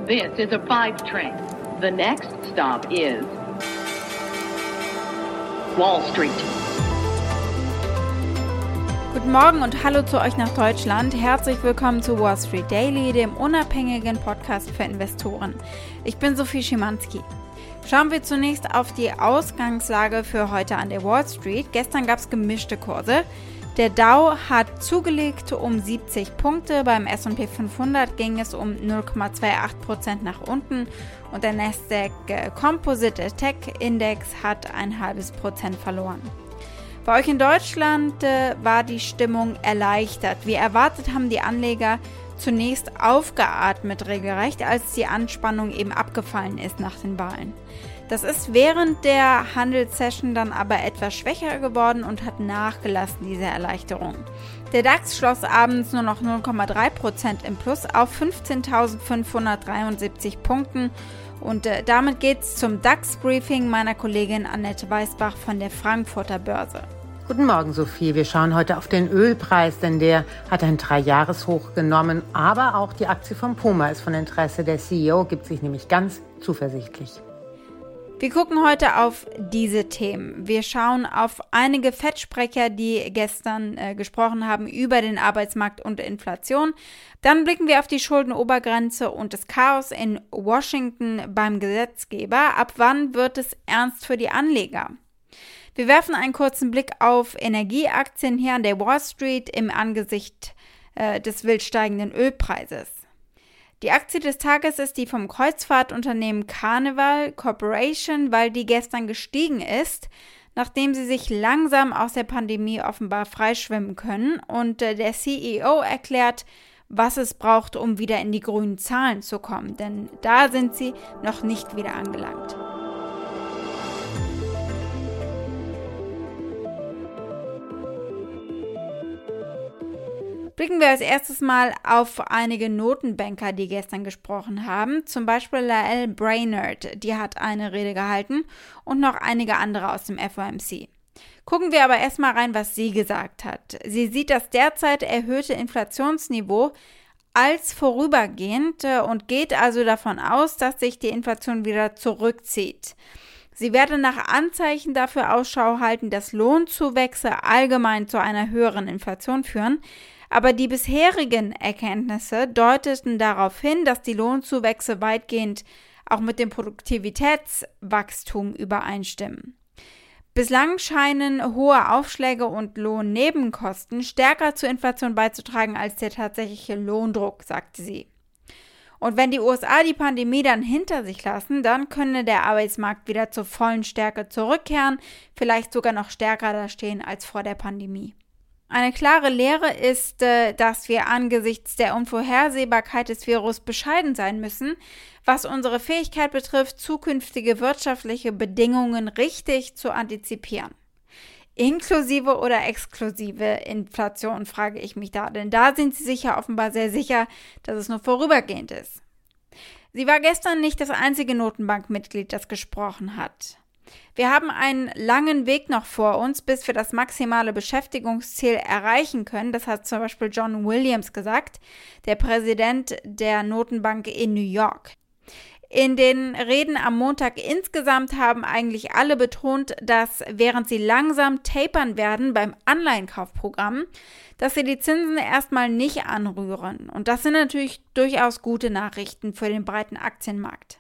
This is a 5 train. The next stop is Wall Street. Guten Morgen und hallo zu euch nach Deutschland. Herzlich willkommen zu Wall Street Daily, dem unabhängigen Podcast für Investoren. Ich bin Sophie Schimanski. Schauen wir zunächst auf die Ausgangslage für heute an der Wall Street. Gestern gab es gemischte Kurse. Der Dow hat zugelegt um 70 Punkte, beim S&P 500 ging es um 0,28% nach unten und der Nasdaq Composite Tech Index hat 0,5% verloren. Bei euch in Deutschland war die Stimmung erleichtert. Wie erwartet haben die Anleger zunächst aufgeatmet regelrecht, als die Anspannung eben abgefallen ist nach den Wahlen. Das ist während der Handelssession dann aber etwas schwächer geworden und hat nachgelassen, diese Erleichterung. Der DAX schloss abends nur noch 0,3% im Plus auf 15.573 Punkten. Und damit geht's zum DAX-Briefing meiner Kollegin Annette Weißbach von der Frankfurter Börse. Guten Morgen, Sophie. Wir schauen heute auf den Ölpreis, denn der hat ein 3-Jahres-Hoch genommen. Aber auch die Aktie von Puma ist von Interesse. Der CEO gibt sich nämlich ganz zuversichtlich. Wir gucken heute auf diese Themen. Wir schauen auf einige Fed-Sprecher, die gestern gesprochen haben über den Arbeitsmarkt und Inflation. Dann blicken wir auf die Schuldenobergrenze und das Chaos in Washington beim Gesetzgeber. Ab wann wird es ernst für die Anleger? Wir werfen einen kurzen Blick auf Energieaktien hier an der Wall Street im Angesicht des wild steigenden Ölpreises. Die Aktie des Tages ist die vom Kreuzfahrtunternehmen Carnival Corporation, weil die gestern gestiegen ist, nachdem sie sich langsam aus der Pandemie offenbar freischwimmen können. Und der CEO erklärt, was es braucht, um wieder in die grünen Zahlen zu kommen, denn da sind sie noch nicht wieder angelangt. Blicken wir als erstes mal auf einige Notenbanker, die gestern gesprochen haben. Zum Beispiel Lael Brainerd, die hat eine Rede gehalten und noch einige andere aus dem FOMC. Gucken wir aber erstmal rein, was sie gesagt hat. Sie sieht das derzeit erhöhte Inflationsniveau als vorübergehend und geht also davon aus, dass sich die Inflation wieder zurückzieht. Sie werde nach Anzeichen dafür Ausschau halten, dass Lohnzuwächse allgemein zu einer höheren Inflation führen. Aber die bisherigen Erkenntnisse deuteten darauf hin, dass die Lohnzuwächse weitgehend auch mit dem Produktivitätswachstum übereinstimmen. Bislang scheinen hohe Aufschläge und Lohnnebenkosten stärker zur Inflation beizutragen als der tatsächliche Lohndruck, sagte sie. Und wenn die USA die Pandemie dann hinter sich lassen, dann könne der Arbeitsmarkt wieder zur vollen Stärke zurückkehren, vielleicht sogar noch stärker dastehen als vor der Pandemie. Eine klare Lehre ist, dass wir angesichts der Unvorhersehbarkeit des Virus bescheiden sein müssen, was unsere Fähigkeit betrifft, zukünftige wirtschaftliche Bedingungen richtig zu antizipieren. Inklusive oder exklusive Inflation, frage ich mich da, denn da sind sie sich ja offenbar sehr sicher, dass es nur vorübergehend ist. Sie war gestern nicht das einzige Notenbankmitglied, das gesprochen hat. Wir haben einen langen Weg noch vor uns, bis wir das maximale Beschäftigungsziel erreichen können. Das hat zum Beispiel John Williams gesagt, der Präsident der Notenbank in New York. In den Reden am Montag insgesamt haben eigentlich alle betont, dass während sie langsam tapern werden beim Anleihenkaufprogramm, dass sie die Zinsen erstmal nicht anrühren. Und das sind natürlich durchaus gute Nachrichten für den breiten Aktienmarkt.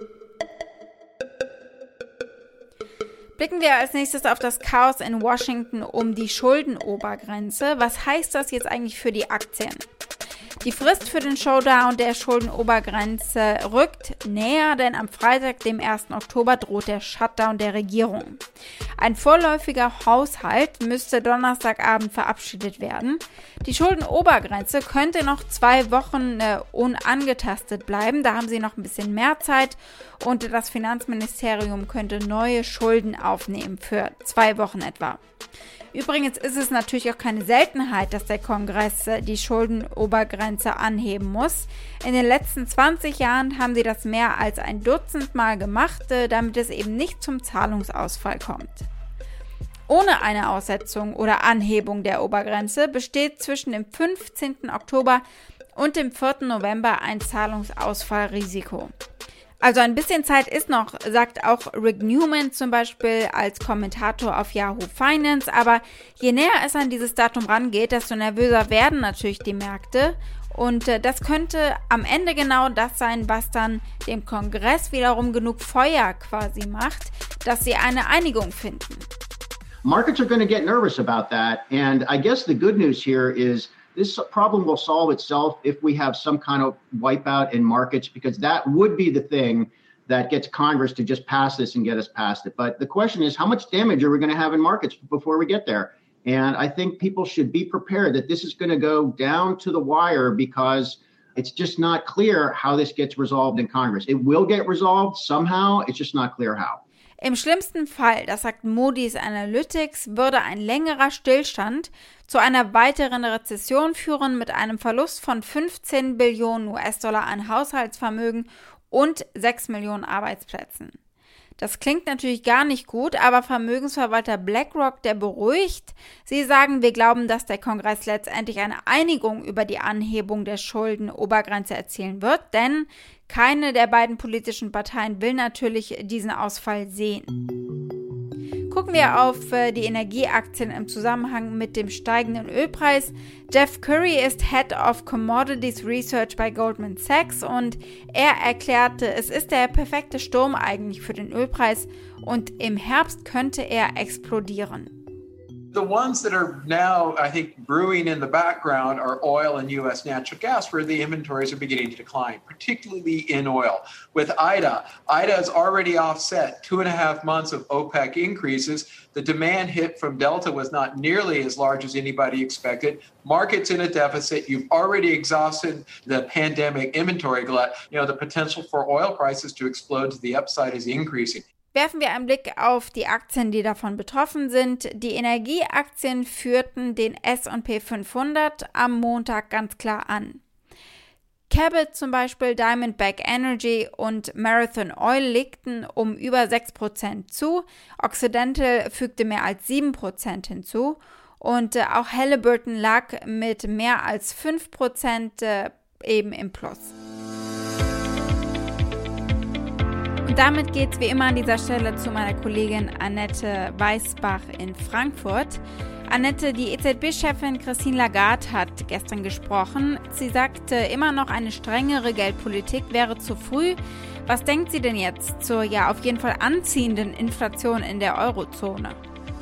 Blicken wir als nächstes auf das Chaos in Washington um die Schuldenobergrenze. Was heißt das jetzt eigentlich für die Aktien? Die Frist für den Showdown der Schuldenobergrenze rückt näher, denn am Freitag, dem 1. Oktober, droht der Shutdown der Regierung. Ein vorläufiger Haushalt müsste Donnerstagabend verabschiedet werden. Die Schuldenobergrenze könnte noch 2 Wochen unangetastet bleiben. Da haben sie noch ein bisschen mehr Zeit und das Finanzministerium könnte neue Schulden aufnehmen für 2 Wochen etwa. Übrigens ist es natürlich auch keine Seltenheit, dass der Kongress die Schuldenobergrenze anheben muss. In den letzten 20 Jahren haben sie das mehr als ein Dutzend Mal gemacht, damit es eben nicht zum Zahlungsausfall kommt. Ohne eine Aussetzung oder Anhebung der Obergrenze besteht zwischen dem 15. Oktober und im 4. November ein Zahlungsausfallrisiko. Also ein bisschen Zeit ist noch, sagt auch Rick Newman zum Beispiel als Kommentator auf Yahoo Finance, aber je näher es an dieses Datum rangeht, desto nervöser werden natürlich die Märkte und das könnte am Ende genau das sein, was dann dem Kongress wiederum genug Feuer quasi macht, dass sie eine Einigung finden. Markets are going to get nervous about that, and I guess the good news here is this problem will solve itself if we have some kind of wipeout in markets, because that would be the thing that gets Congress to just pass this and get us past it. But the question is, how much damage are we going to have in markets before we get there? And I think people should be prepared that this is going to go down to the wire because it's just not clear how this gets resolved in Congress. It will get resolved somehow. It's just not clear how. Im schlimmsten Fall, das sagt Moody's Analytics, würde ein längerer Stillstand zu einer weiteren Rezession führen mit einem Verlust von 15 Billionen US-Dollar an Haushaltsvermögen und 6 Millionen Arbeitsplätzen. Das klingt natürlich gar nicht gut, aber Vermögensverwalter BlackRock, der beruhigt. Sie sagen, wir glauben, dass der Kongress letztendlich eine Einigung über die Anhebung der Schuldenobergrenze erzielen wird, denn keine der beiden politischen Parteien will natürlich diesen Ausfall sehen. Gucken wir auf die Energieaktien im Zusammenhang mit dem steigenden Ölpreis. Jeff Currie ist Head of Commodities Research bei Goldman Sachs und er erklärte, es ist der perfekte Sturm eigentlich für den Ölpreis und im Herbst könnte er explodieren. The ones that are now, I think, brewing in the background are oil and U.S. natural gas, where the inventories are beginning to decline, particularly in oil. With IDA has already offset 2.5 months of OPEC increases. The demand hit from Delta was not nearly as large as anybody expected. Markets in a deficit. You've already exhausted the pandemic inventory glut. The potential for oil prices to explode to the upside is increasing. Werfen wir einen Blick auf die Aktien, die davon betroffen sind. Die Energieaktien führten den S&P 500 am Montag ganz klar an. Cabot zum Beispiel, Diamondback Energy und Marathon Oil legten um über 6% zu. Occidental fügte mehr als 7% hinzu. Und auch Halliburton lag mit mehr als 5% eben im Plus. Und damit geht es wie immer an dieser Stelle zu meiner Kollegin Annette Weißbach in Frankfurt. Annette, die EZB-Chefin Christine Lagarde hat gestern gesprochen. Sie sagte, immer noch eine strengere Geldpolitik wäre zu früh. Was denkt sie denn jetzt zur auf jeden Fall anziehenden Inflation in der Eurozone?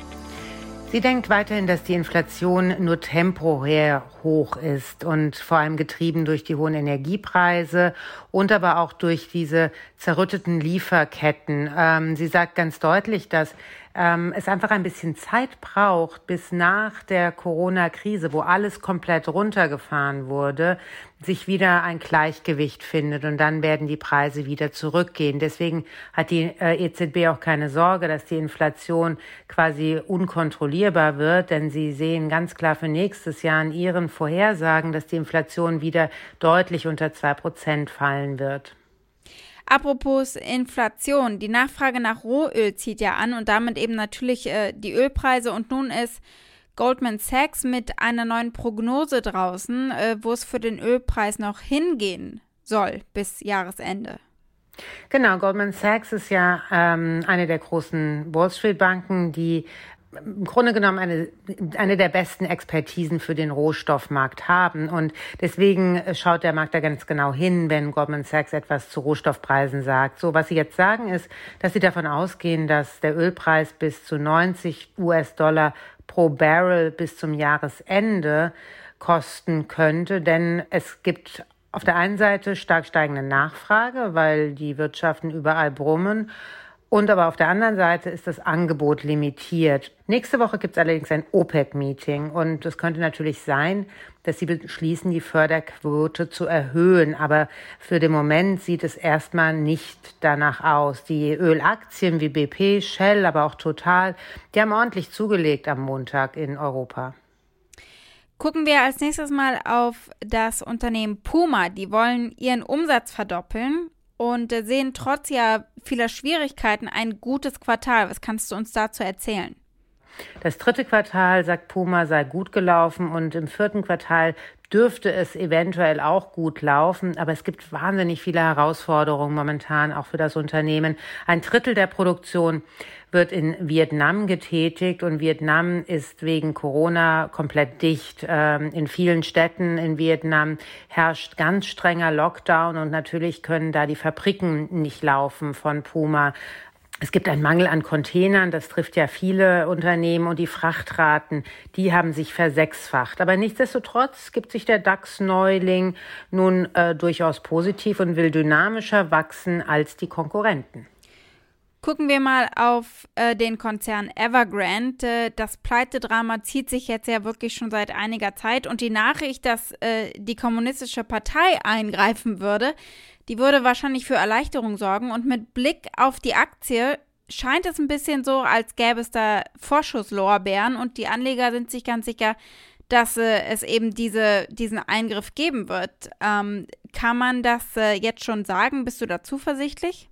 Sie denkt weiterhin, dass die Inflation nur temporär hoch ist und vor allem getrieben durch die hohen Energiepreise und aber auch durch diese zerrütteten Lieferketten. Sie sagt ganz deutlich, dass es einfach ein bisschen Zeit braucht, bis nach der Corona-Krise, wo alles komplett runtergefahren wurde, sich wieder ein Gleichgewicht findet und dann werden die Preise wieder zurückgehen. Deswegen hat die EZB auch keine Sorge, dass die Inflation quasi unkontrollierbar wird, denn sie sehen ganz klar für nächstes Jahr in ihren Vorhersagen, dass die Inflation wieder deutlich unter 2% fallen wird. Apropos Inflation, die Nachfrage nach Rohöl zieht ja an und damit eben natürlich die Ölpreise und nun ist Goldman Sachs mit einer neuen Prognose draußen, wo es für den Ölpreis noch hingehen soll bis Jahresende. Genau, Goldman Sachs ist ja eine der großen Wall-Street-Banken, die im Grunde genommen eine der besten Expertisen für den Rohstoffmarkt haben. Und deswegen schaut der Markt da ganz genau hin, wenn Goldman Sachs etwas zu Rohstoffpreisen sagt. So, was sie jetzt sagen ist, dass sie davon ausgehen, dass der Ölpreis bis zu $90 pro Barrel bis zum Jahresende kosten könnte. Denn es gibt auf der einen Seite stark steigende Nachfrage, weil die Wirtschaften überall brummen. Und aber auf der anderen Seite ist das Angebot limitiert. Nächste Woche gibt es allerdings ein OPEC-Meeting und es könnte natürlich sein, dass sie beschließen, die Förderquote zu erhöhen. Aber für den Moment sieht es erstmal nicht danach aus. Die Ölaktien wie BP, Shell, aber auch Total, die haben ordentlich zugelegt am Montag in Europa. Gucken wir als nächstes mal auf das Unternehmen Puma. Die wollen ihren Umsatz verdoppeln und sehen trotz vieler Schwierigkeiten ein gutes Quartal. Was kannst du uns dazu erzählen? Das 3. Quartal, sagt Puma, sei gut gelaufen und im 4. Quartal dürfte es eventuell auch gut laufen, aber es gibt wahnsinnig viele Herausforderungen momentan auch für das Unternehmen. 1/3 der Produktion wird in Vietnam getätigt und Vietnam ist wegen Corona komplett dicht. In vielen Städten in Vietnam herrscht ganz strenger Lockdown und natürlich können da die Fabriken nicht laufen von Puma. Es gibt einen Mangel an Containern, das trifft ja viele Unternehmen und die Frachtraten, die haben sich versechsfacht. Aber nichtsdestotrotz gibt sich der DAX-Neuling nun durchaus positiv und will dynamischer wachsen als die Konkurrenten. Gucken wir mal auf den Konzern Evergrande. Das Pleitedrama zieht sich jetzt ja wirklich schon seit einiger Zeit und die Nachricht, dass die Kommunistische Partei eingreifen würde, die würde wahrscheinlich für Erleichterung sorgen und mit Blick auf die Aktie scheint es ein bisschen so, als gäbe es da Vorschusslorbeeren und die Anleger sind sich ganz sicher, dass es eben diesen Eingriff geben wird. Kann man das jetzt schon sagen? Bist du da zuversichtlich?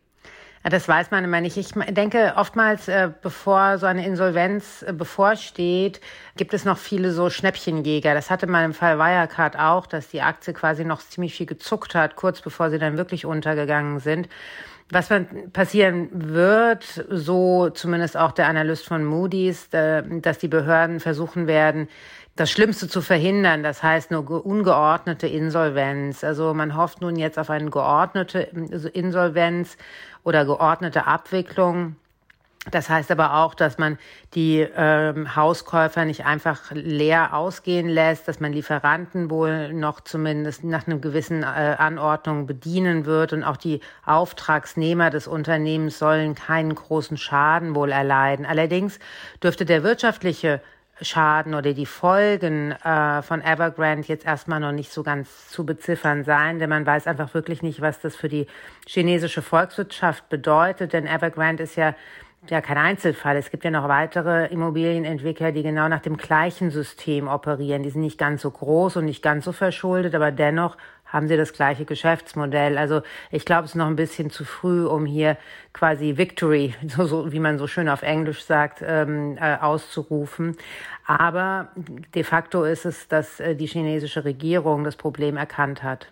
Ja, das weiß man immer nicht. Ich denke, oftmals, bevor so eine Insolvenz bevorsteht, gibt es noch viele so Schnäppchenjäger. Das hatte man im Fall Wirecard auch, dass die Aktie quasi noch ziemlich viel gezuckt hat, kurz bevor sie dann wirklich untergegangen sind. Was passieren wird, so zumindest auch der Analyst von Moody's, dass die Behörden versuchen werden, das Schlimmste zu verhindern, das heißt nur ungeordnete Insolvenz. Also man hofft nun jetzt auf eine geordnete Insolvenz oder geordnete Abwicklung. Das heißt aber auch, dass man die Hauskäufer nicht einfach leer ausgehen lässt, dass man Lieferanten wohl noch zumindest nach einer gewissen Anordnung bedienen wird und auch die Auftragsnehmer des Unternehmens sollen keinen großen Schaden wohl erleiden. Allerdings dürfte der wirtschaftliche Schaden oder die Folgen von Evergrande jetzt erstmal noch nicht so ganz zu beziffern sein, denn man weiß einfach wirklich nicht, was das für die chinesische Volkswirtschaft bedeutet, denn Evergrande ist ja kein Einzelfall. Es gibt ja noch weitere Immobilienentwickler, die genau nach dem gleichen System operieren. Die sind nicht ganz so groß und nicht ganz so verschuldet, aber dennoch haben sie das gleiche Geschäftsmodell. Also ich glaube, es ist noch ein bisschen zu früh, um hier quasi Victory, so wie man so schön auf Englisch sagt, auszurufen. Aber de facto ist es, dass die chinesische Regierung das Problem erkannt hat.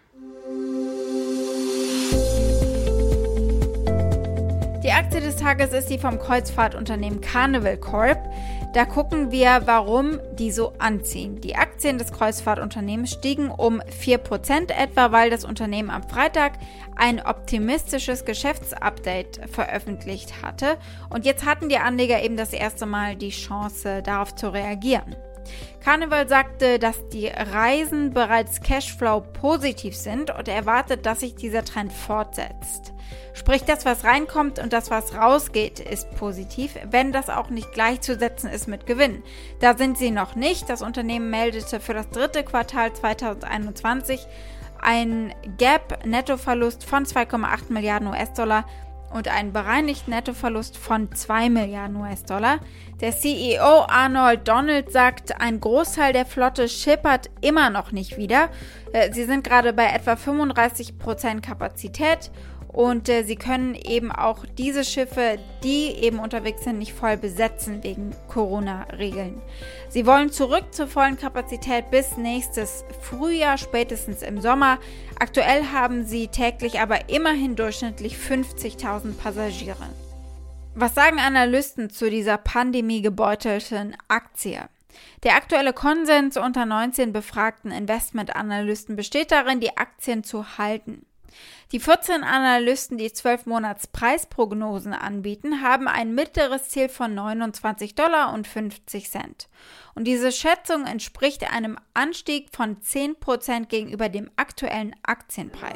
Die Aktie des Tages ist die vom Kreuzfahrtunternehmen Carnival Corp. Da gucken wir, warum die so anziehen. Die Aktien des Kreuzfahrtunternehmens stiegen um 4% etwa, weil das Unternehmen am Freitag ein optimistisches Geschäftsupdate veröffentlicht hatte. Und jetzt hatten die Anleger eben das erste Mal die Chance, darauf zu reagieren. Carnival sagte, dass die Reisen bereits Cashflow positiv sind und erwartet, dass sich dieser Trend fortsetzt. Sprich, das, was reinkommt und das, was rausgeht, ist positiv, wenn das auch nicht gleichzusetzen ist mit Gewinn. Da sind sie noch nicht. Das Unternehmen meldete für das 3. Quartal 2021 einen GAAP-Nettoverlust von 2,8 Milliarden US-Dollar und einen bereinigten Nettoverlust von 2 Milliarden US-Dollar. Der CEO Arnold Donald sagt, ein Großteil der Flotte schippert immer noch nicht wieder. Sie sind gerade bei etwa 35% Kapazität und sie können eben auch diese Schiffe, die eben unterwegs sind, nicht voll besetzen wegen Corona-Regeln. Sie wollen zurück zur vollen Kapazität bis nächstes Frühjahr, spätestens im Sommer. Aktuell haben sie täglich aber immerhin durchschnittlich 50.000 Passagiere. Was sagen Analysten zu dieser pandemiegebeutelten Aktie? Der aktuelle Konsens unter 19 befragten Investmentanalysten besteht darin, die Aktien zu halten. Die 14 Analysten, die 12-Monats-Preisprognosen anbieten, haben ein mittleres Ziel von $29,50. Und diese Schätzung entspricht einem Anstieg von 10% gegenüber dem aktuellen Aktienpreis.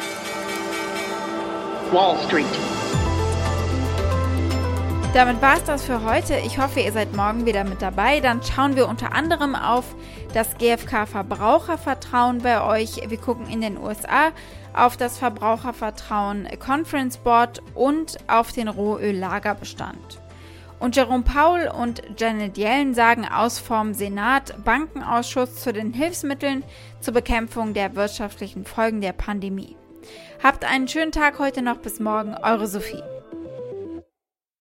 Wall Street. Damit war es das für heute. Ich hoffe, ihr seid morgen wieder mit dabei. Dann schauen wir unter anderem auf das GfK-Verbrauchervertrauen bei euch. Wir gucken in den USA auf das Verbrauchervertrauen Conference Board und auf den Rohöllagerbestand. Und Jerome Powell und Janet Yellen sagen aus vom Senat Bankenausschuss zu den Hilfsmitteln zur Bekämpfung der wirtschaftlichen Folgen der Pandemie. Habt einen schönen Tag heute noch. Bis morgen. Eure Sophie.